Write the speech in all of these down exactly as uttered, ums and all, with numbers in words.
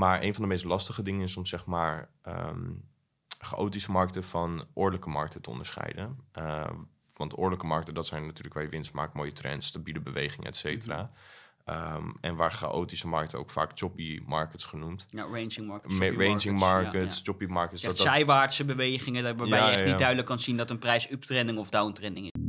maar een van de meest lastige dingen is om zeg maar um, chaotische markten van ordelijke markten te onderscheiden. Uh, want ordelijke markten, dat zijn natuurlijk waar je winst maakt, mooie trends, stabiele bewegingen, et cetera. Mm-hmm. Um, en waar chaotische markten ook vaak choppy markets genoemd. Ja, ranging markets. Ma- ranging markets, markets ja, ja. choppy markets. Ja, dat zijwaartse dat... bewegingen waarbij ja, je echt ja. niet duidelijk kan zien dat een prijs uptrending of downtrending is.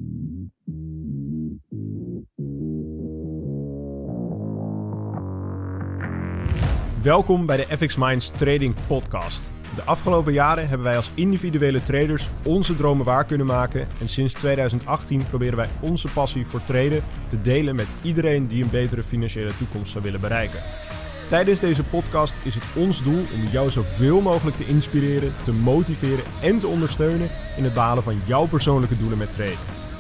Welkom bij de F X Minds Trading Podcast. De afgelopen jaren hebben wij als individuele traders onze dromen waar kunnen maken. En sinds twintig achttien proberen wij onze passie voor traden te delen met iedereen die een betere financiële toekomst zou willen bereiken. Tijdens deze podcast is het ons doel om jou zoveel mogelijk te inspireren, te motiveren en te ondersteunen in het behalen van jouw persoonlijke doelen met traden.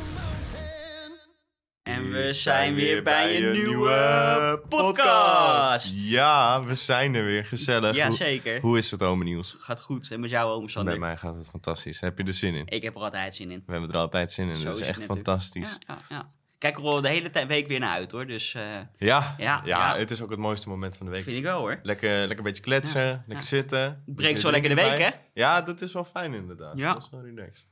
En we zijn weer bij een nieuwe podcast. Ja, we zijn er weer. Gezellig. Ja, zeker. Hoe, hoe is het, Ome Niels? Gaat goed. En met jou, Ome Sander? Met mij gaat het fantastisch. Heb je er zin in? Ik heb er altijd zin in. We hebben er altijd zin in. Zo dat is, is echt fantastisch. Ja, ja, ja. Kijk er al de hele tijd week weer naar uit, hoor. Dus, uh, ja, ja, ja, ja, het is ook het mooiste moment van de week. Vind ik wel, hoor. Lekker, lekker een beetje kletsen, ja, lekker ja. zitten. Breekt zo lekker de week, hè? Ja, dat is wel fijn inderdaad. Ja. Dat is wel relaxed.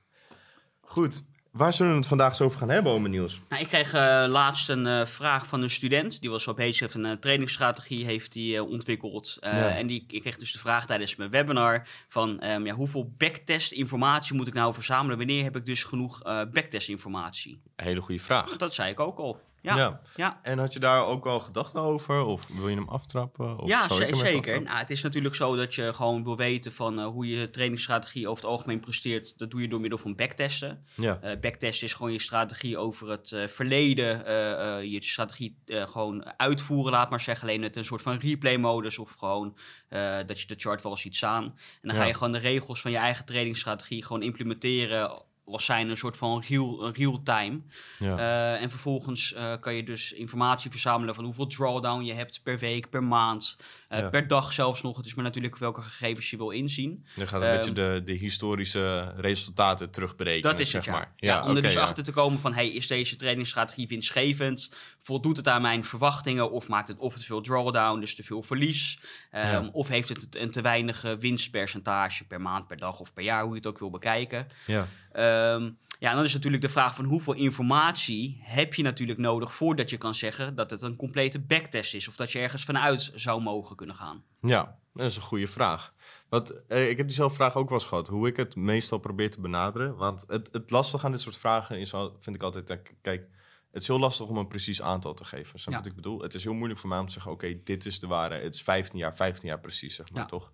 Goed. Waar zullen we het vandaag zo over gaan hebben, Ome Niels? Nou, ik kreeg uh, laatst een uh, vraag van een student. Die was zo bezig, een uh, trainingsstrategie heeft die uh, ontwikkeld. Uh, ja. En die, ik kreeg dus de vraag tijdens mijn webinar van um, ja, hoeveel backtest informatie moet ik nou verzamelen? Wanneer heb ik dus genoeg uh, backtest informatie? Een hele goede vraag. Dat zei ik ook al. Ja, ja. ja. En had je daar ook al gedachten over? Of wil je hem aftrappen? Of ja, z- zeker. Nou, het is natuurlijk zo dat je gewoon wil weten van uh, hoe je trainingsstrategie over het algemeen presteert. Dat doe je door middel van backtesten. Ja. Uh, backtesten is gewoon je strategie over het uh, verleden. Uh, uh, je strategie uh, gewoon uitvoeren, laat maar zeggen. Alleen met een soort van replay-modus of gewoon uh, dat je de chart wel ziet staan. En dan ja. ga je gewoon de regels van je eigen trainingsstrategie gewoon implementeren als zijn een soort van real, een real time. Ja. Uh, en vervolgens uh, kan je dus informatie verzamelen van hoeveel drawdown je hebt per week, per maand, uh, ja. per dag zelfs nog. Het is maar natuurlijk welke gegevens je wil inzien. Je gaat een um, beetje de, de historische resultaten terugberekenen. Dat is het, zeg ja. maar. ja, ja om okay, er dus ja. achter te komen van, hey, is deze trainingsstrategie winstgevend? Voldoet het aan mijn verwachtingen? Of maakt het of te veel drawdown, dus te veel verlies? Um, ja. Of heeft het een te weinig winstpercentage per maand, per dag of per jaar, hoe je het ook wil bekijken? Ja. Um, ja, en dan is natuurlijk de vraag van hoeveel informatie heb je natuurlijk nodig voordat je kan zeggen dat het een complete backtest is of dat je ergens vanuit zou mogen kunnen gaan. Ja, dat is een goede vraag. Want, eh, ik heb diezelfde vraag ook wel eens gehad, hoe ik het meestal probeer te benaderen. Want het, het lastige aan dit soort vragen is, al, vind ik altijd, kijk, het is heel lastig om een precies aantal te geven. Snap je ja. wat ik bedoel? Het is heel moeilijk voor mij om te zeggen, oké, okay, dit is de ware, het is vijftien jaar, vijftien jaar precies, zeg maar, ja. toch?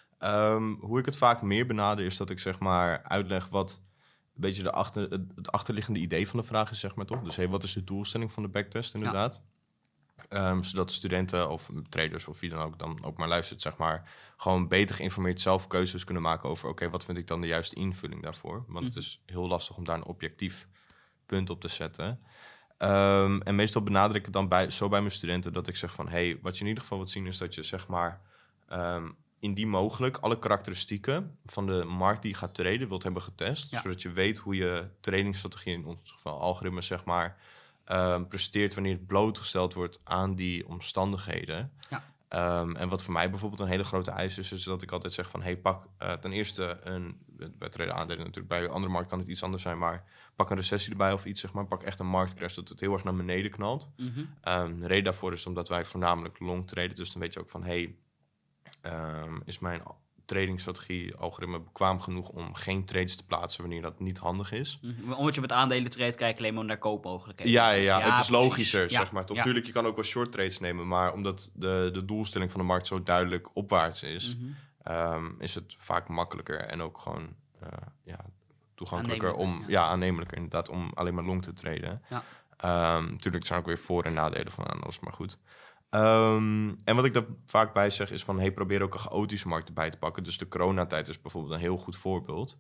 Um, hoe ik het vaak meer benader is dat ik zeg maar uitleg wat een beetje de achter, het achterliggende idee van de vraag is, zeg maar, toch? Dus hey, wat is de doelstelling van de backtest, inderdaad? Ja. Um, zodat studenten of traders of wie dan ook dan ook maar luistert, zeg maar, gewoon beter geïnformeerd zelf keuzes kunnen maken over, oké, okay, wat vind ik dan de juiste invulling daarvoor? Want mm-hmm. het is heel lastig om daar een objectief punt op te zetten. Um, en meestal benader ik het dan bij, zo bij mijn studenten dat ik zeg van, hey, wat je in ieder geval wilt zien is dat je, zeg maar, Um, indien mogelijk alle karakteristieken van de markt die je gaat traden wilt hebben getest. Ja. Zodat je weet hoe je tradingstrategie, in ons geval algoritmes, zeg maar, um, presteert wanneer het blootgesteld wordt aan die omstandigheden. Ja. Um, en wat voor mij bijvoorbeeld een hele grote eis is, is dat ik altijd zeg van, hey, pak uh, ten eerste een, bij traden aandelen natuurlijk, bij andere markt kan het iets anders zijn, maar pak een recessie erbij of iets, zeg maar. Pak echt een marktcrash dat het heel erg naar beneden knalt. Mm-hmm. Um, de reden daarvoor is omdat wij voornamelijk long traden, dus dan weet je ook van, hey, Um, is mijn tradingstrategie algoritme bekwaam genoeg om geen trades te plaatsen wanneer dat niet handig is. Mm-hmm. Omdat je met aandelen trade, kijk alleen maar naar koopmogelijkheden. Ja, ja, ja, ja, het is precies. logischer, ja. zeg maar. Toch? Ja. Tuurlijk, je kan ook wel short trades nemen, maar omdat de, de doelstelling van de markt zo duidelijk opwaarts is, mm-hmm. um, is het vaak makkelijker en ook gewoon uh, ja, toegankelijker om, ja. ja, aannemelijker inderdaad, om alleen maar long te traden. Ja. Um, tuurlijk zijn er ook weer voor- en nadelen van alles, maar goed. Um, en wat ik daar vaak bij zeg is van, hey, probeer ook een chaotische markt erbij te pakken. Dus de coronatijd is bijvoorbeeld een heel goed voorbeeld.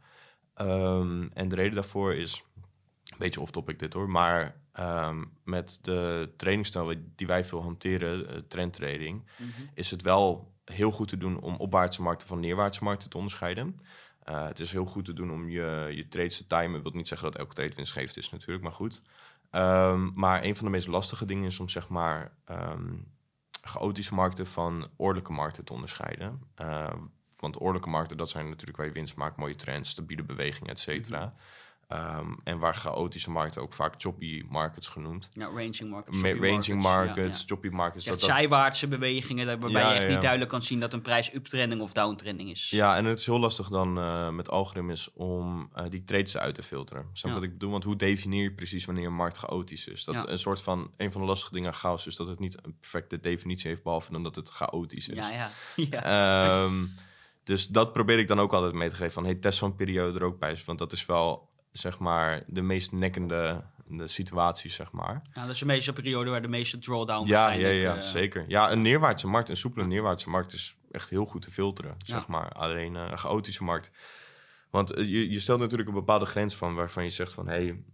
Um, en de reden daarvoor is, een beetje off-topic dit hoor, maar um, met de trainingsstijl die wij veel hanteren, uh, trendtrading, mm-hmm. is het wel heel goed te doen om opwaartse markten van neerwaartse markten te onderscheiden. Uh, het is heel goed te doen om je, je trades te timen. Dat wil niet zeggen dat elke trade winstgevend is natuurlijk, maar goed. Um, maar een van de meest lastige dingen is om zeg maar Um, chaotische markten van ordelijke markten te onderscheiden. Uh, want ordelijke markten, dat zijn natuurlijk waar je winst maakt, mooie trends, stabiele bewegingen, et cetera. Mm-hmm. Um, en waar chaotische markten ook vaak choppy markets genoemd. Ja, ranging markets. Ma- ranging markets, markets ja, ja. choppy markets. Dat, dat zijwaartse bewegingen, waarbij ja, je echt ja. niet duidelijk kan zien dat een prijs uptrending of downtrending is. Ja, en het is heel lastig dan uh, met algoritmes om uh, die trades uit te filteren. Snap ja. wat ik bedoel? Want hoe definieer je precies wanneer een markt chaotisch is? Dat ja. een soort van, een van de lastige dingen aan chaos is dat het niet een perfecte definitie heeft, behalve dan dat het chaotisch is. Ja, ja. ja. Um, dus dat probeer ik dan ook altijd mee te geven van, hey, test zo'n periode er ook bij. Want dat is wel, zeg maar, de meest nekkende de situaties, zeg maar. Ja, dat is de meeste periode waar de meeste drawdown ja, waarschijnlijk... Ja, ja, uh, zeker. Ja, een neerwaartse markt, een soepele neerwaartse markt is echt heel goed te filteren, zeg ja. maar. Alleen uh, een chaotische markt. Want uh, je, je stelt natuurlijk een bepaalde grens van waarvan je zegt van, hé, hey,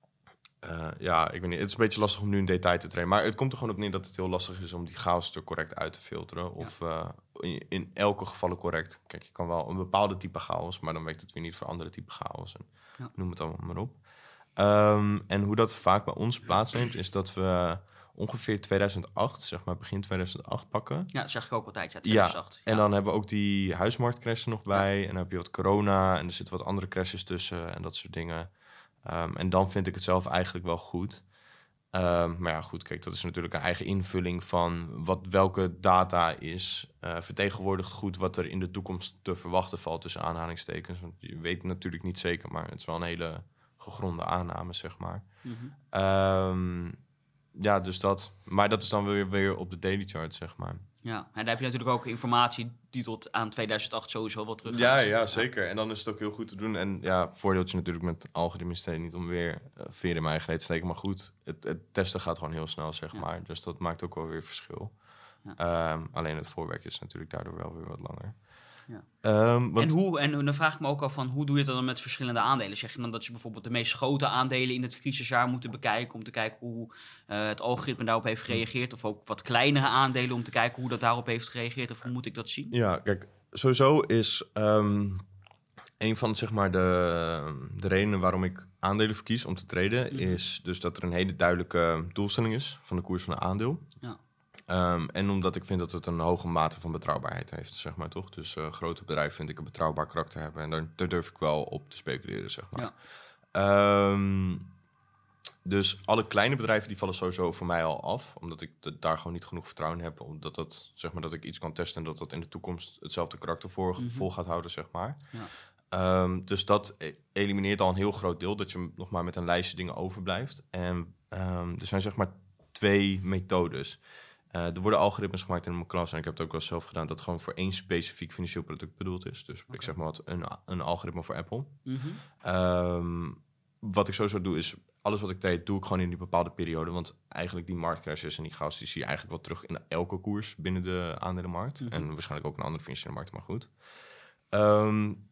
uh, ja, ik weet niet, het is een beetje lastig om nu in detail te trainen. Maar het komt er gewoon op neer dat het heel lastig is om die chaos er correct uit te filteren. Of ja. uh, in, in elke geval correct. Kijk, je kan wel een bepaalde type chaos, maar dan werkt het weer niet voor andere type chaos. En ja. Noem het allemaal maar op. Um, en hoe dat vaak bij ons plaatsneemt, is dat we ongeveer tweeduizend acht, zeg maar begin tweeduizend acht pakken. Ja, dat zeg ik ook altijd, ja, tweeduizend acht. Ja, en ja. dan hebben we ook die huismarktcrash er nog bij. Ja. En dan heb je wat corona en er zitten wat andere crashes tussen en dat soort dingen. Um, en dan vind ik het zelf eigenlijk wel goed. Um, maar ja, goed, kijk, dat is natuurlijk een eigen invulling van wat welke data is. Uh, vertegenwoordigt goed wat er in de toekomst te verwachten valt tussen aanhalingstekens. Want je weet natuurlijk niet zeker, maar het is wel een hele gegronde aanname, zeg maar. Mm-hmm. Um, ja, dus dat. Maar dat is dan weer, weer op de daily chart, zeg maar. Ja, en daar heb je natuurlijk ook informatie die tot aan tweeduizend acht sowieso wel terug gaat. Ja, ja, zeker. En dan is het ook heel goed te doen. En ja, voordeeltje natuurlijk met algoritmes trainen, niet om weer uh, veer in mijn eigen reet te steken. Maar goed, het, het testen gaat gewoon heel snel, zeg ja. maar. Dus dat maakt ook wel weer verschil. Ja. Um, alleen het voorwerk is natuurlijk daardoor wel weer wat langer. Ja. Um, want... En, hoe, en dan vraag ik me ook af van, hoe doe je het dan met verschillende aandelen? Zeg je dan dat je bijvoorbeeld de meest grote aandelen in het crisisjaar moet bekijken, om te kijken hoe uh, het algoritme daarop heeft gereageerd, of ook wat kleinere aandelen om te kijken hoe dat daarop heeft gereageerd, of hoe moet ik dat zien? Ja, kijk, sowieso is um, een van zeg maar, de, de redenen waarom ik aandelen verkies om te traden, mm-hmm. is dus dat er een hele duidelijke doelstelling is van de koers van een aandeel. Ja. Um, en omdat ik vind dat het een hoge mate van betrouwbaarheid heeft, zeg maar, toch? Dus uh, grote bedrijven vind ik een betrouwbaar karakter hebben. En daar, daar durf ik wel op te speculeren, zeg maar. Ja. Um, dus alle kleine bedrijven die vallen sowieso voor mij al af. Omdat ik de, daar gewoon niet genoeg vertrouwen in heb. Omdat dat, zeg maar, dat ik iets kan testen en dat dat in de toekomst hetzelfde karakter voor, mm-hmm. vol gaat houden, zeg maar. Ja. Um, dus dat elimineert al een heel groot deel. Dat je nog maar met een lijstje dingen overblijft. En um, er zijn zeg maar twee methodes. Uh, er worden algoritmes gemaakt in een klas, en ik heb het ook wel zelf gedaan, dat gewoon voor één specifiek financieel product bedoeld is. Dus okay. ik zeg maar wat, een, een algoritme voor Apple. Mm-hmm. Um, wat ik sowieso doe, is alles wat ik deed, doe ik gewoon in die bepaalde periode. Want eigenlijk die marktcrashes en die chaos, die zie je eigenlijk wel terug in elke koers binnen de aandelenmarkt. Mm-hmm. En waarschijnlijk ook in andere financiële markten, maar goed. Um,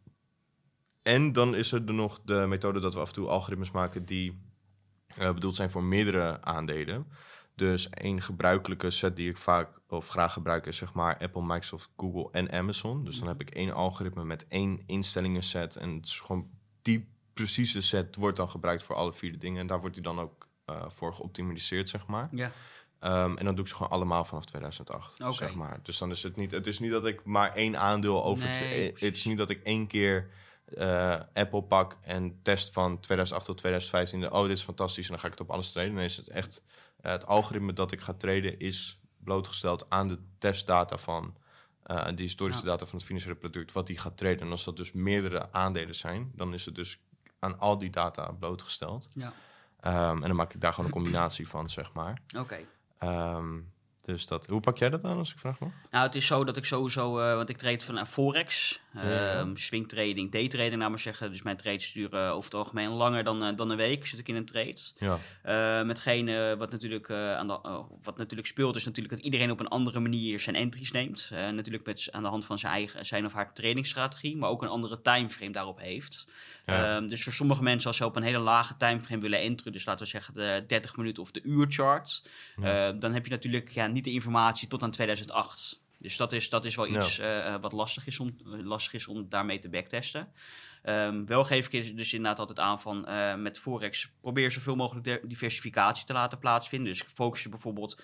en dan is er nog de methode dat we af en toe algoritmes maken die uh, bedoeld zijn voor meerdere aandelen. Dus een gebruikelijke set die ik vaak of graag gebruik is zeg maar Apple, Microsoft, Google en Amazon. Dus dan heb ik één algoritme met één instellingen set. En het is gewoon die precieze set wordt dan gebruikt voor alle vier de dingen. En daar wordt die dan ook uh, voor geoptimaliseerd, zeg maar. Ja. Um, en dan doe ik ze gewoon allemaal vanaf tweeduizend acht, okay. zeg maar. Dus dan is het niet, het is niet dat ik maar één aandeel over... Nee, twee, het is niet dat ik één keer uh, Apple pak en test van tweeduizend acht tot tweeduizend vijftien. Oh, dit is fantastisch en dan ga ik het op alles traden. Nee, is het echt... Uh, het algoritme dat ik ga traden is blootgesteld aan de testdata van... Uh, de historische ja. data van het financiële product, wat die gaat traden. En als dat dus meerdere aandelen zijn, dan is het dus aan al die data blootgesteld. Ja. Um, en dan maak ik daar gewoon een combinatie van, zeg maar. Oké. Okay. Um, dus dat, hoe pak jij dat aan, als ik vraag mag? Nou, het is zo dat ik sowieso, uh, want ik trade van uh, Forex, ja. um, swing trading, day trading, nou maar zeggen. Dus mijn trades duren over het algemeen langer dan, uh, dan een week, zit ik in een trade. Ja. Uh, metgeen uh, wat, natuurlijk, uh, aan de, uh, wat natuurlijk speelt, is natuurlijk dat iedereen op een andere manier zijn entries neemt. Uh, natuurlijk met, aan de hand van zijn, eigen, zijn of haar tradingstrategie, maar ook een andere timeframe daarop heeft. Ja. Um, dus voor sommige mensen, als ze op een hele lage timeframe willen enteren, dus laten we zeggen de dertig minuten of de uurchart, ja. uh, dan heb je natuurlijk ja, niet de informatie tot aan tweeduizend acht. Dus dat is, dat is wel iets ja. uh, wat lastig is, om, lastig is om daarmee te backtesten. Um, wel geef ik dus inderdaad altijd aan van uh, met Forex probeer zoveel mogelijk diversificatie te laten plaatsvinden. Dus focus je bijvoorbeeld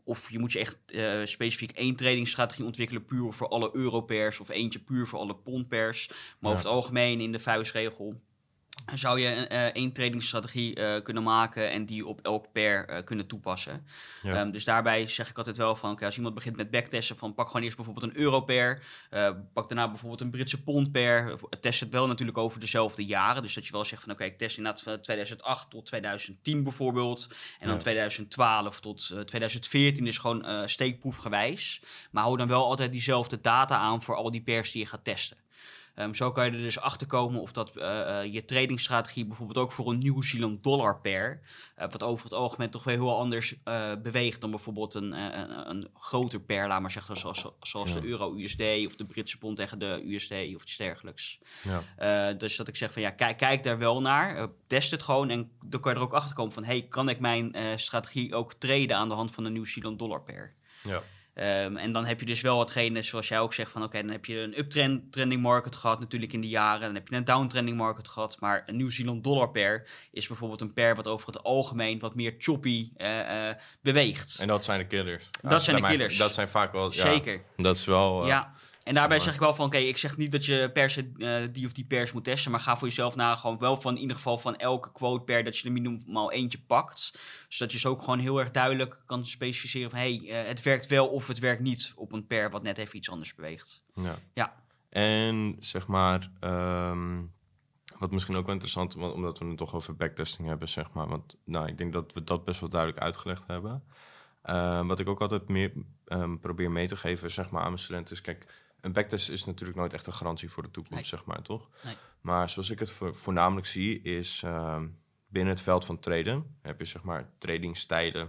of je moet je echt uh, specifiek één tradingstrategie ontwikkelen, puur voor alle euro-pairs, of eentje puur voor alle pond-pairs. Maar ja. over het algemeen in de vuistregel zou je uh, één tradingstrategie uh, kunnen maken en die op elk pair uh, kunnen toepassen. Ja. Um, dus daarbij zeg ik altijd wel van, okay, als iemand begint met backtesten, van pak gewoon eerst bijvoorbeeld een euro-pair, uh, pak daarna bijvoorbeeld een Britse pond-pair. Test het wel natuurlijk over dezelfde jaren, dus dat je wel zegt van, oké, okay, ik test inderdaad van tweeduizend acht tot tweeduizend tien bijvoorbeeld, en dan ja. tweeduizend twaalf tot uh, tweeduizend veertien is gewoon uh, steekproefgewijs. Maar hou dan wel altijd diezelfde data aan voor al die pairs die je gaat testen. Um, zo kan je er dus achter komen of dat uh, uh, je tradingstrategie bijvoorbeeld ook voor een Nieuw-Zeeland dollar pair, uh, wat over het algemeen toch weer heel anders uh, beweegt dan bijvoorbeeld een, uh, een, een groter pair, laat maar zeggen, zoals, zoals ja. de euro-U S D of de Britse pond tegen de U S D of iets dergelijks. Ja. Uh, dus dat ik zeg van ja, kijk, kijk daar wel naar, uh, test het gewoon en dan kan je er ook achter komen van hey, kan ik mijn uh, strategie ook traden aan de hand van een Nieuw-Zeeland dollar pair? Ja. Um, en dan heb je dus wel hetgene, zoals jij ook zegt, van oké, okay, dan heb je een uptrend trending market gehad natuurlijk in de jaren. Dan heb je een downtrending market gehad. Maar een Nieuw-Zeeland dollar pair is bijvoorbeeld een pair wat over het algemeen wat meer choppy uh, uh, beweegt. En dat zijn de killers. Dat Als zijn de killers. Mij, dat zijn vaak wel... Ja, zeker. Dat is wel... Uh, ja. En daarbij zeg ik wel van, oké, okay, ik zeg niet dat je per se uh, die of die pairs moet testen, maar ga voor jezelf na gewoon wel van in ieder geval van elke quote pair dat je er minimaal eentje pakt. Zodat je ze ook gewoon heel erg duidelijk kan specificeren van, hé, hey, uh, het werkt wel of het werkt niet op een pair wat net even iets anders beweegt. Ja. ja. En zeg maar, um, wat misschien ook wel interessant, omdat we het toch over backtesting hebben, zeg maar. Want nou, ik denk dat we dat best wel duidelijk uitgelegd hebben. Uh, wat ik ook altijd meer um, probeer mee te geven, zeg maar, aan mijn studenten is, kijk, een backtest is natuurlijk nooit echt een garantie voor de toekomst, nee. zeg maar, toch? Nee. Maar zoals ik het vo- voornamelijk zie, is uh, binnen het veld van traden heb je, zeg maar, tradingstijlen.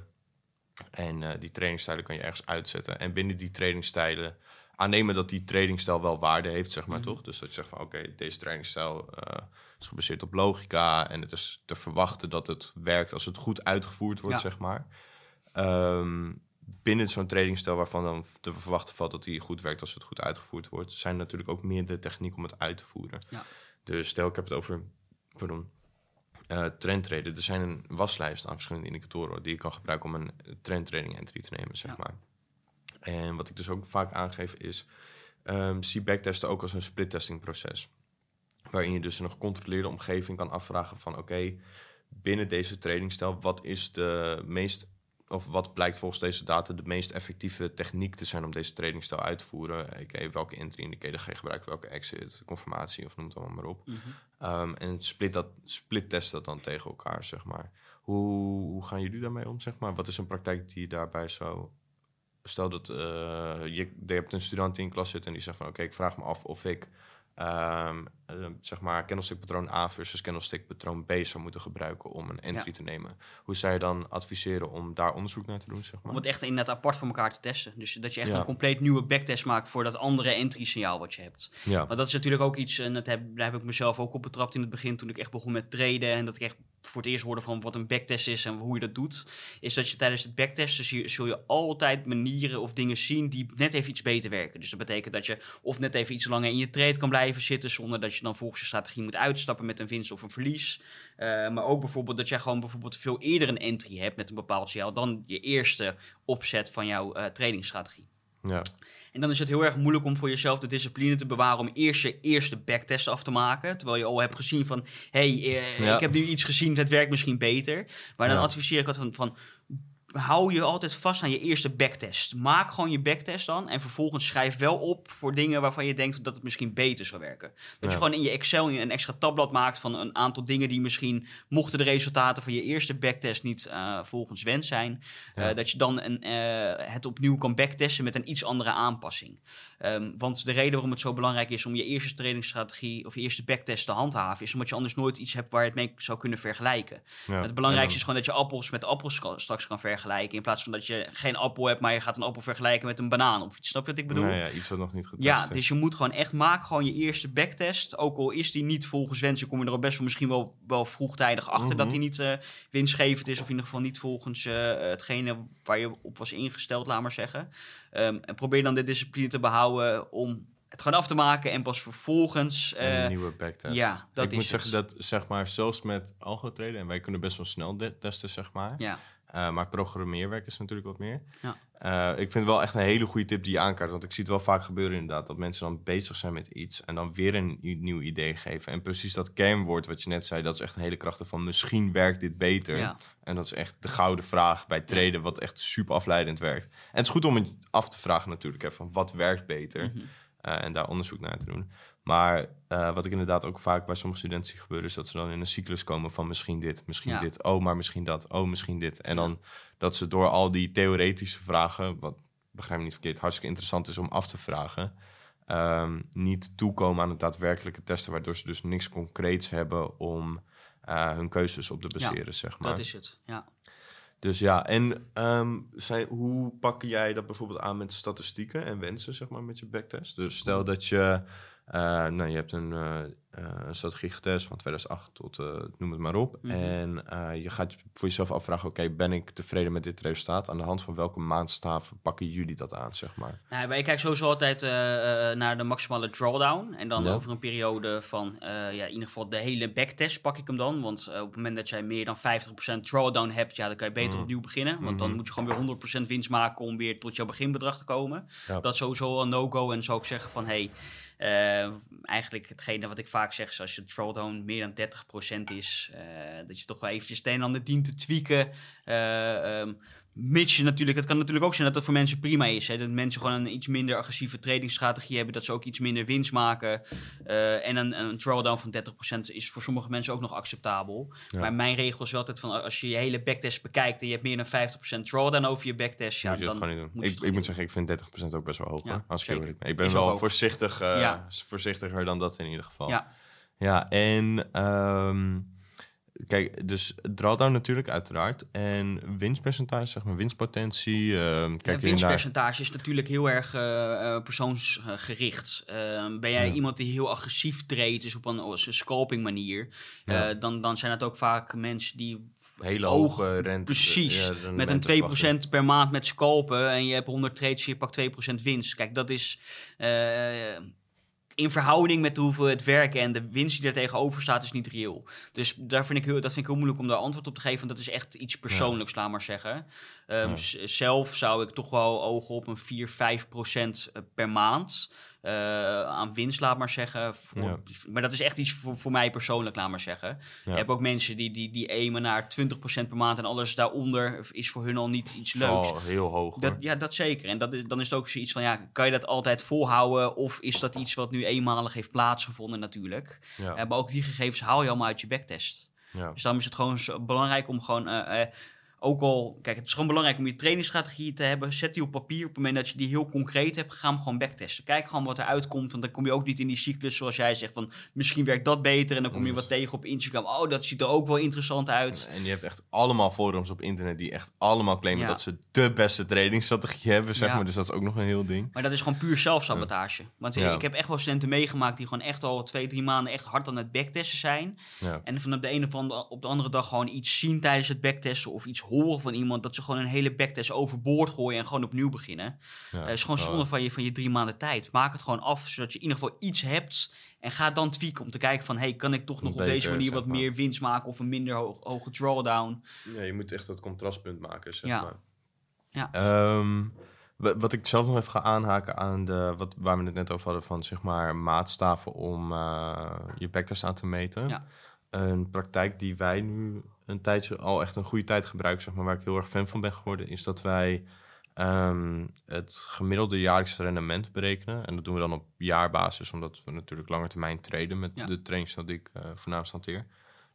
En uh, die tradingstijlen kan je ergens uitzetten. En binnen die tradingstijlen aannemen dat die tradingstijl wel waarde heeft, zeg maar, mm-hmm. toch? Dus dat je zegt van, oké, okay, deze tradingstijl uh, is gebaseerd op logica en het is te verwachten dat het werkt als het goed uitgevoerd wordt, ja. zeg maar. Um, binnen zo'n tradingstijl waarvan dan te verwachten valt dat die goed werkt als het goed uitgevoerd wordt, zijn er natuurlijk ook meerdere technieken om het uit te voeren. Ja. Dus stel ik heb het over pardon, uh, trendtraden. Er zijn een waslijst aan verschillende indicatoren die je kan gebruiken om een trendtrading entry te nemen, zeg ja. maar. En wat ik dus ook vaak aangeef is, um, zie backtesten ook als een splittesting proces. Waarin je dus in een gecontroleerde omgeving kan afvragen van oké, okay, binnen deze tradingstijl, wat is de meest of wat blijkt volgens deze data de meest effectieve techniek te zijn om deze tradingstijl uit te voeren? Okay, welke entry indicator ga je gebruiken, welke exit, confirmatie of noem het allemaal maar op. Mm-hmm. Um, en split, dat, split test dat dan tegen elkaar, zeg maar. Hoe, hoe gaan jullie daarmee om, zeg maar? Wat is een praktijk die je daarbij zo... Stel dat uh, je, je hebt een student in klas zitten en die zegt van oké, okay, ik vraag me af of ik Um, uh, zeg maar candlestick patroon A versus candlestick patroon B zou moeten gebruiken om een entry ja. te nemen. Hoe zou je dan adviseren om daar onderzoek naar te doen, zeg maar? Om het echt inderdaad apart van elkaar te testen. Dus dat je echt ja. een compleet nieuwe backtest maakt voor dat andere entry signaal wat je hebt. Ja. Maar dat is natuurlijk ook iets, en dat heb, daar heb ik mezelf ook op betrapt in het begin toen ik echt begon met traden en dat ik echt voor het eerst hoorde van wat een backtest is en hoe je dat doet, is dat je tijdens het backtesten zul je altijd manieren of dingen zien die net even iets beter werken. Dus dat betekent dat je of net even iets langer in je trade kan blijven zitten zonder dat je dan volgens je strategie moet uitstappen met een winst of een verlies. Uh, maar ook bijvoorbeeld dat jij gewoon bijvoorbeeld veel eerder een entry hebt met een bepaald signaal dan je eerste opzet van jouw uh, tradingstrategie. Ja. En dan is het heel erg moeilijk om voor jezelf de discipline te bewaren om eerst je eerste backtest af te maken. Terwijl je al hebt gezien van, hé, hey, uh, ja. ik heb nu iets gezien, het werkt misschien beter. Maar dan ja. adviseer ik altijd van, van, hou je altijd vast aan je eerste backtest. Maak gewoon je backtest dan en vervolgens schrijf wel op voor dingen waarvan je denkt dat het misschien beter zou werken. Dat ja. je gewoon in je Excel een extra tabblad maakt van een aantal dingen die misschien, mochten de resultaten van je eerste backtest niet uh, volgens wens zijn, ja. uh, dat je dan een, uh, het opnieuw kan backtesten met een iets andere aanpassing. Um, want de reden waarom het zo belangrijk is om je eerste tradingstrategie of je eerste backtest te handhaven, is omdat je anders nooit iets hebt waar je het mee zou kunnen vergelijken. Ja. Het belangrijkste ja. is gewoon dat je appels met appels straks kan vergelijken, in plaats van dat je geen appel hebt, maar je gaat een appel vergelijken met een banaan of iets. Snap je wat ik bedoel? Nee, ja, iets wat nog niet getest ja, is. Dus je moet gewoon echt, maak gewoon je eerste backtest. Ook al is die niet volgens wensen, kom je er al best wel misschien wel, wel vroegtijdig achter mm-hmm. dat die niet uh, winstgevend is, of in ieder geval niet volgens uh, hetgene waar je op was ingesteld, laat maar zeggen. Um, en probeer dan de discipline te behouden om het gewoon af te maken en pas vervolgens Uh, een nieuwe backtest. Ja, dat ik is moet het. zeggen dat, zeg maar, zelfs met algo traden, en wij kunnen best wel snel de- testen, zeg maar. Ja. Uh, maar programmeerwerk is natuurlijk wat meer. Ja. Uh, ik vind het wel echt een hele goede tip die je aankaart. Want ik zie het wel vaak gebeuren inderdaad. Dat mensen dan bezig zijn met iets. En dan weer een nieuw idee geven. En precies dat kernwoord wat je net zei. Dat is echt een hele krachtige van misschien werkt dit beter. Ja. En dat is echt de gouden vraag bij traden. Ja. Wat echt super afleidend werkt. En het is goed om het af te vragen natuurlijk. Hè, van wat werkt beter. Mm-hmm. Uh, en daar onderzoek naar te doen. Maar uh, wat ik inderdaad ook vaak bij sommige studenten zie gebeuren... is dat ze dan in een cyclus komen van misschien dit, misschien ja. dit. Oh, maar misschien dat. Oh, misschien dit. En ja. dan dat ze door al die theoretische vragen... wat, begrijp me niet verkeerd, hartstikke interessant is om af te vragen... Um, niet toekomen aan het daadwerkelijke testen... waardoor ze dus niks concreets hebben om uh, hun keuzes op te baseren, ja, zeg maar. Dat is het, ja. Dus ja, en um, zij, hoe pak jij dat bijvoorbeeld aan met statistieken en wensen, zeg maar, met je backtest? Dus stel dat je... Uh, nou, je hebt een uh, uh, strategie getest van tweeduizend acht tot, uh, noem het maar op. Mm-hmm. En uh, je gaat voor jezelf afvragen, oké, okay, ben ik tevreden met dit resultaat? Aan de hand van welke maatstaven pakken jullie dat aan, zeg maar? Nou, wij kijken sowieso altijd uh, naar de maximale drawdown. En dan ja. over een periode van, uh, ja, in ieder geval de hele backtest pak ik hem dan. Want uh, op het moment dat jij meer dan vijftig procent drawdown hebt, ja, dan kan je beter mm. opnieuw beginnen. Want mm-hmm. dan moet je gewoon weer honderd procent winst maken om weer tot jouw beginbedrag te komen. Ja. Dat is sowieso een no-go. En zou ik zeggen van, hey, Uh, eigenlijk hetgene wat ik vaak zeg is als je drawdown meer dan dertig procent is, uh, dat je toch wel eventjes het een en ander dient te tweaken. Uh, um, mits je natuurlijk, het kan natuurlijk ook zijn dat dat voor mensen prima is. Hè? Dat mensen gewoon een iets minder agressieve tradingstrategie hebben, dat ze ook iets minder winst maken. Uh, en een, een drawdown van dertig procent is voor sommige mensen ook nog acceptabel. Ja. Maar mijn regel is wel altijd van, als je je hele backtest bekijkt en je hebt meer dan vijftig procent drawdown over je backtest, ja, moet dan gewoon niet doen. Moet ik ik moet doen. zeggen, ik vind dertig procent ook best wel hoog. Ja, als ik, ik, ik ben is wel voorzichtig, uh, ja. voorzichtiger dan dat in ieder geval. Ja, ja en... Um, Kijk, dus drawdown natuurlijk, uiteraard. En winstpercentage, zeg maar, winstpotentie. Uh, kijk ja, winstpercentage naar... is natuurlijk heel erg uh, persoonsgericht. Uh, ben jij ja. iemand die heel agressief treedt, dus op een, een scalping manier... Ja. Uh, dan, dan zijn het ook vaak mensen die... Hele hoge rente. Precies, ja, met een twee procent per maand met scalpen... en je hebt honderd trades, je pakt twee procent winst. Kijk, dat is... Uh, in verhouding met de hoeveelheid werken en de winst die er tegenover staat, is niet reëel. Dus daar vind ik heel, dat vind ik heel moeilijk om daar antwoord op te geven. Want dat is echt iets persoonlijks, ja. laat maar zeggen. Um, ja. z- zelf zou ik toch wel ogen op een vier, vijf procent per maand uh, aan winst, laat maar zeggen. Voor, ja. Maar dat is echt iets voor, voor mij persoonlijk, laat maar zeggen. Ja. Je hebt ook mensen die, die, die aimen naar twintig procent per maand en alles daaronder is voor hun al niet iets leuks. Oh, heel hoog. Dat, ja, dat zeker. En dat is, dan is het ook zoiets van, ja, kan je dat altijd volhouden? Of is dat iets wat nu eenmalig heeft plaatsgevonden natuurlijk? Ja. Uh, maar ook die gegevens haal je allemaal uit je backtest. Ja. Dus daarom is het gewoon zo belangrijk om gewoon... Uh, uh, Ook al, kijk, het is gewoon belangrijk om je trainingsstrategie te hebben. Zet die op papier. Op het moment dat je die heel concreet hebt, ga hem gewoon backtesten. Kijk gewoon wat eruit komt. Want dan kom je ook niet in die cyclus zoals jij zegt van misschien werkt dat beter. En dan kom je wat tegen op Instagram. Oh, dat ziet er ook wel interessant uit. En je hebt echt allemaal forums op internet die echt allemaal claimen ja. dat ze de beste trainingsstrategie hebben, zeg ja. maar. Dus dat is ook nog een heel ding. Maar dat is gewoon puur zelfsabotage. Want ja. ik heb echt wel studenten meegemaakt die gewoon echt al twee, drie maanden echt hard aan het backtesten zijn. Ja. En van op de ene of op de andere dag gewoon iets zien tijdens het backtesten of iets horen van iemand dat ze gewoon een hele backtest overboord gooien en gewoon opnieuw beginnen. Ja. Uh, is gewoon zonde oh. van je, van je drie maanden tijd. Maak het gewoon af, zodat je in ieder geval iets hebt en ga dan tweaken om te kijken van, hey, kan ik toch nog Beter, op deze manier wat maar. meer winst maken of een minder ho- hoge drawdown? Ja, je moet echt dat contrastpunt maken, zeg ja. maar. Ja. Um, wat ik zelf nog even ga aanhaken aan de, wat, waar we het net over hadden van, zeg maar, maatstaven om uh, je backtest aan te meten. Ja. Een praktijk die wij nu een tijdje al echt een goede tijd gebruiken, zeg maar, waar ik heel erg fan van ben geworden, is dat wij um, het gemiddelde jaarlijkse rendement berekenen. En dat doen we dan op jaarbasis, omdat we natuurlijk lange termijn traden met ja. de trainings die ik uh, voornaamst hanteer.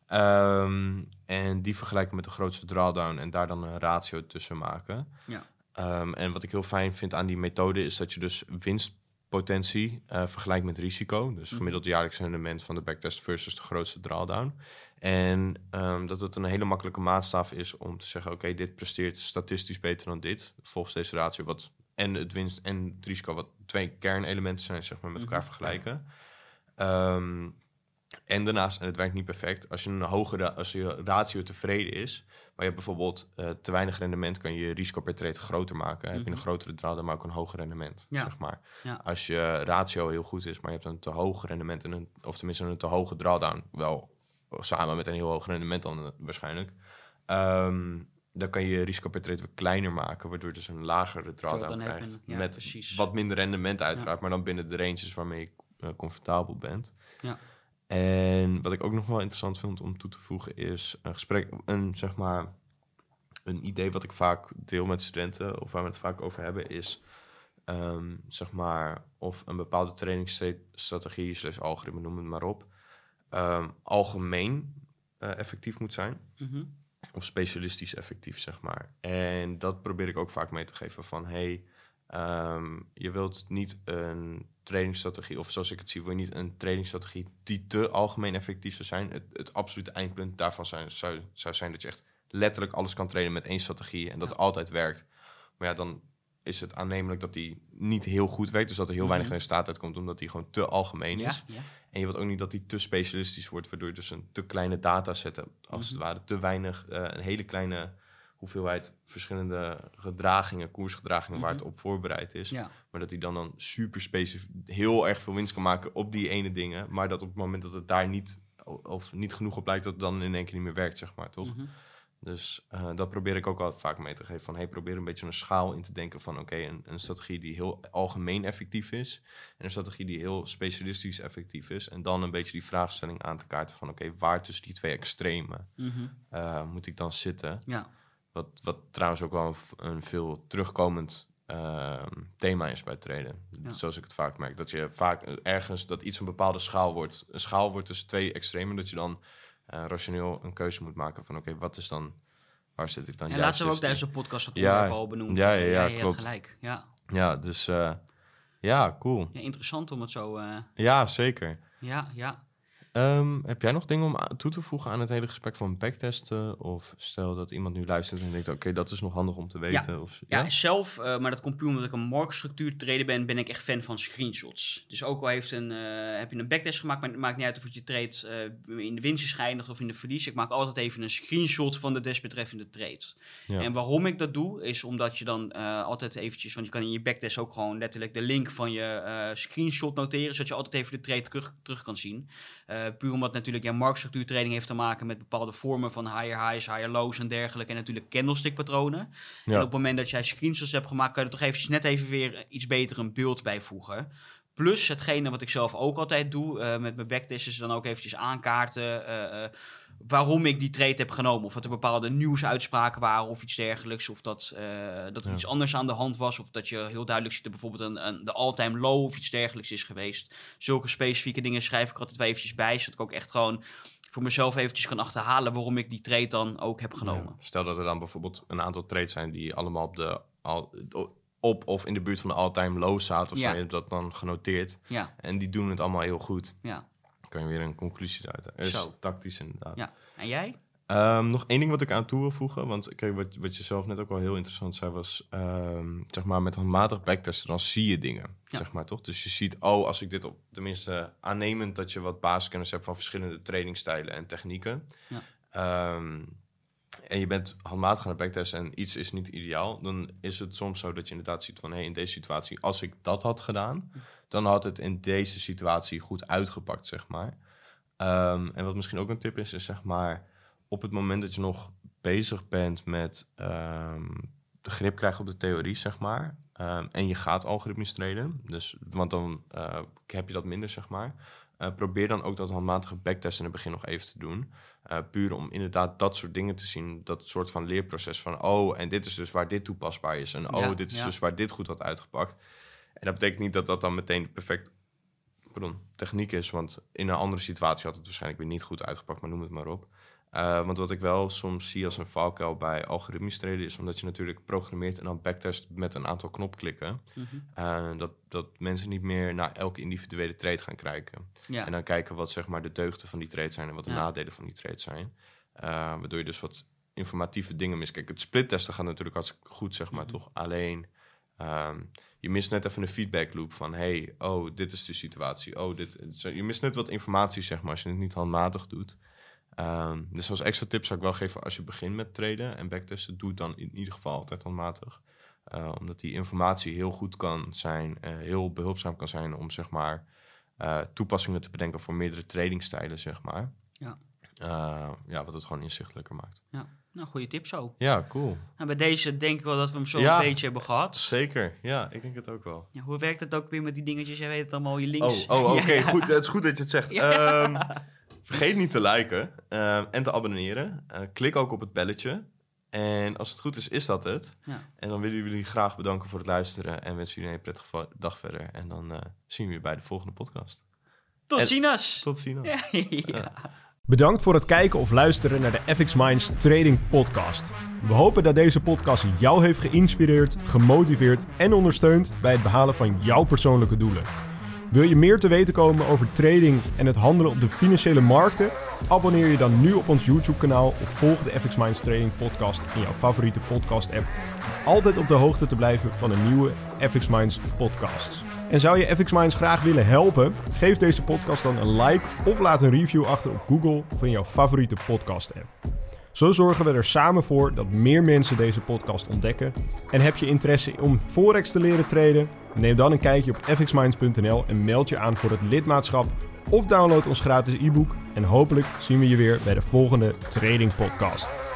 Um, en die vergelijken met de grootste drawdown en daar dan een ratio tussen maken. Ja. Um, en wat ik heel fijn vind aan die methode is dat je dus winstpotentie uh, vergelijkt met risico. Dus gemiddeld jaarlijks rendement van de backtest versus de grootste drawdown. En um, dat het een hele makkelijke maatstaf is om te zeggen, oké, okay, dit presteert statistisch beter dan dit. Volgens deze ratio, wat en het winst en het risico, wat twee kernelementen zijn, zeg maar, met elkaar mm-hmm. vergelijken. Um, en daarnaast, en het werkt niet perfect, als je een hogere, als je ratio tevreden is, maar je hebt bijvoorbeeld uh, te weinig rendement, kan je je risico per trade groter maken. Mm-hmm. Heb je een grotere drawdown, maar ook een hoger rendement, ja. zeg maar. Ja. Als je ratio heel goed is, maar je hebt een te hoog rendement, en een, of tenminste een te hoge drawdown, wel samen met een heel hoog rendement dan uh, waarschijnlijk, um, dan kan je je risico per trade weer kleiner maken, waardoor je dus een lagere drawdown krijgt. Ja, met precies. wat minder rendement uiteraard, Ja. maar dan binnen de ranges waarmee je uh, comfortabel bent. Ja. En wat ik ook nog wel interessant vind om toe te voegen is een gesprek, een zeg maar, een idee wat ik vaak deel met studenten, of waar we het vaak over hebben, is um, zeg maar, of een bepaalde trainingsstrategie, slash algoritme, noem het maar op, um, algemeen uh, effectief moet zijn. Mm-hmm. Of specialistisch effectief, zeg maar. En dat probeer ik ook vaak mee te geven van, hey, um, je wilt niet een trainingsstrategie, of zoals ik het zie, wil je niet een trainingsstrategie die te algemeen effectief zou zijn. Het, het absolute eindpunt daarvan zijn, zou, zou zijn dat je echt letterlijk alles kan trainen met één strategie en dat Ja. altijd werkt. Maar ja, dan is het aannemelijk dat die niet heel goed werkt, dus dat er heel weinig Mm-hmm. resultaat uitkomt, omdat die gewoon te algemeen Ja, is. ja. En je wilt ook niet dat die te specialistisch wordt, waardoor je dus een te kleine dataset hebt, als Mm-hmm. het ware. Te weinig, uh, een hele kleine hoeveelheid verschillende gedragingen, koersgedragingen, Mm-hmm. waar het op voorbereid is. Ja. Maar dat die dan dan super specifiek heel erg veel winst kan maken op die ene dingen. Maar dat op het moment dat het daar niet, of niet genoeg op lijkt, dat het dan in één keer niet meer werkt, zeg maar, toch? Mm-hmm. Dus uh, dat probeer ik ook altijd vaak mee te geven. Van, hey, probeer een beetje een schaal in te denken van, oké, okay, een, een strategie die heel algemeen effectief is en een strategie die heel specialistisch effectief is. En dan een beetje die vraagstelling aan te kaarten van, oké, okay, waar tussen die twee extremen Mm-hmm. uh, moet ik dan zitten? Ja. Wat, wat trouwens ook wel een, een veel terugkomend uh, thema is bij traden. Ja. Zoals ik het vaak merk. Dat je vaak ergens, dat iets een bepaalde schaal wordt. Een schaal wordt tussen twee extremen, dat je dan Uh, rationeel een keuze moet maken van, oké, okay, wat is dan, waar zit ik dan En juist laten we ook in? tijdens de podcast dat Ja, onderwerp al benoemd. ja, ja, ja, je klopt. hebt gelijk. Ja. Ja, dus uh, ja, cool. Ja, interessant om het zo... Uh, ja, zeker. Ja, ja. Um, heb jij nog dingen om a- toe te voegen aan het hele gesprek van backtesten? Of stel dat iemand nu luistert en denkt, oké, okay, dat is nog handig om te weten. Ja, of, ja? ja? zelf, uh, maar dat komt puur omdat ik een marktstructuur trader ben, ben ik echt fan van screenshots. Dus ook al heeft een, uh, heb je een backtest gemaakt, maar het maakt niet uit of het je trade uh, in de winst is geëindigd of in de verlies. Ik maak altijd even een screenshot van de desbetreffende trade. Ja. En waarom ik dat doe, is omdat je dan uh, altijd eventjes, want je kan in je backtest ook gewoon letterlijk de link van je uh, screenshot noteren, zodat je altijd even de trade terug, terug kan zien. Uh, puur omdat natuurlijk ja, marktstructuurtrading heeft te maken met bepaalde vormen van higher highs, higher lows en dergelijke. En natuurlijk candlestick patronen. Ja. En op het moment dat jij screenshots hebt gemaakt, kan je er toch eventjes net even weer iets beter een beeld bijvoegen. Plus hetgene wat ik zelf ook altijd doe uh, met mijn backtest is dan ook eventjes aankaarten uh, uh, waarom ik die trade heb genomen. Of dat er bepaalde nieuwsuitspraken waren of iets dergelijks. Of dat, uh, dat er ja. iets anders aan de hand was. Of dat je heel duidelijk ziet dat bijvoorbeeld een, een, de all-time low of iets dergelijks is geweest. Zulke specifieke dingen schrijf ik altijd wel eventjes bij. Zodat ik ook echt gewoon voor mezelf eventjes kan achterhalen waarom ik die trade dan ook heb genomen. Ja. Stel dat er dan bijvoorbeeld een aantal trades zijn die allemaal op de... Al, op of in de buurt van de all-time low zaten. Of ja. zo, je hebt dat dan genoteerd. Ja. En die doen het allemaal heel goed. Ja. Dan kan je weer een conclusie uit. Dus zo. Tactisch inderdaad. Ja. En jij? Um, nog één ding wat ik aan toe wil voegen. Want kijk, wat, wat je zelf net ook wel heel interessant zei was... Um, zeg maar met handmatig backtesten, dan zie je dingen. Ja. Zeg maar, toch? Dus je ziet, oh, als ik dit op... Tenminste, aannemend dat je wat basiskennis hebt van verschillende trainingstijlen en technieken. Ja. Um, en je bent handmatig aan het backtesten en iets is niet ideaal, dan is het soms zo dat je inderdaad ziet van, hé, hey, in deze situatie, als ik dat had gedaan, dan had het in deze situatie goed uitgepakt, zeg maar. Um, en wat misschien ook een tip is, is zeg maar, op het moment dat je nog bezig bent met um, de grip krijgen op de theorie, zeg maar, um, en je gaat algoritmisch traden, dus, want dan uh, heb je dat minder, zeg maar. Uh, probeer dan ook dat handmatige backtesten in het begin nog even te doen. Uh, puur om inderdaad dat soort dingen te zien. Dat soort van leerproces van... oh, en dit is dus waar dit toepasbaar is. En oh, ja, dit is ja. dus waar dit goed had uitgepakt. En dat betekent niet dat dat dan meteen de perfect pardon, techniek is. Want in een andere situatie had het waarschijnlijk weer niet goed uitgepakt. Maar noem het maar op. Uh, want wat ik wel soms zie als een valkuil bij algoritmisch traden... is omdat je natuurlijk programmeert en dan backtest met een aantal knopklikken. Mm-hmm. Uh, dat, dat mensen niet meer naar elke individuele trade gaan kijken. Ja. En dan kijken wat zeg maar de deugden van die trade zijn... en wat de ja. nadelen van die trade zijn. Uh, waardoor je dus wat informatieve dingen mist. Kijk, het splittesten gaat natuurlijk hartstikke goed, zeg maar, mm-hmm. toch? Alleen... Um, je mist net even een feedback loop van... hey, oh, dit is de situatie. Oh, dit, je mist net wat informatie, zeg maar, als je het niet handmatig doet... Um, dus als extra tip zou ik wel geven als je begint met traden en backtesten, doe het dan in ieder geval altijd handmatig. Uh, omdat die informatie heel goed kan zijn, uh, heel behulpzaam kan zijn om zeg maar uh, toepassingen te bedenken voor meerdere tradingstijlen, zeg maar. Ja. Uh, ja, wat het gewoon inzichtelijker maakt. Ja, nou, goede tip zo. Ja, cool. Nou, bij deze denk ik wel dat we hem zo ja, een beetje hebben gehad. Zeker, ja, ik denk het ook wel. Ja, hoe werkt het ook weer met die dingetjes? Jij weet het allemaal, je links. Oh, oh oké, okay. ja. goed. Het is goed dat je het zegt. Ja. Um, vergeet niet te liken uh, en te abonneren. Uh, klik ook op het belletje. En als het goed is, is dat het. Ja. En dan willen jullie graag bedanken voor het luisteren. En wensen jullie een prettige dag verder. En dan uh, zien we je bij de volgende podcast. Tot ziens! Tot ziens. Ja. Ja. Bedankt voor het kijken of luisteren naar de F X Minds Trading Podcast. We hopen dat deze podcast jou heeft geïnspireerd, gemotiveerd en ondersteund bij het behalen van jouw persoonlijke doelen. Wil je meer te weten komen over trading en het handelen op de financiële markten? Abonneer je dan nu op ons YouTube-kanaal of volg de F X Minds Trading Podcast in jouw favoriete podcast-app. Om altijd op de hoogte te blijven van een nieuwe F X Minds podcasts. En zou je F X Minds graag willen helpen? Geef deze podcast dan een like of laat een review achter op Google of in jouw favoriete podcast-app. Zo zorgen we er samen voor dat meer mensen deze podcast ontdekken. En heb je interesse om Forex te leren traden? Neem dan een kijkje op f x minds punt n l en meld je aan voor het lidmaatschap. Of download ons gratis e-book. En hopelijk zien we je weer bij de volgende Trading Podcast.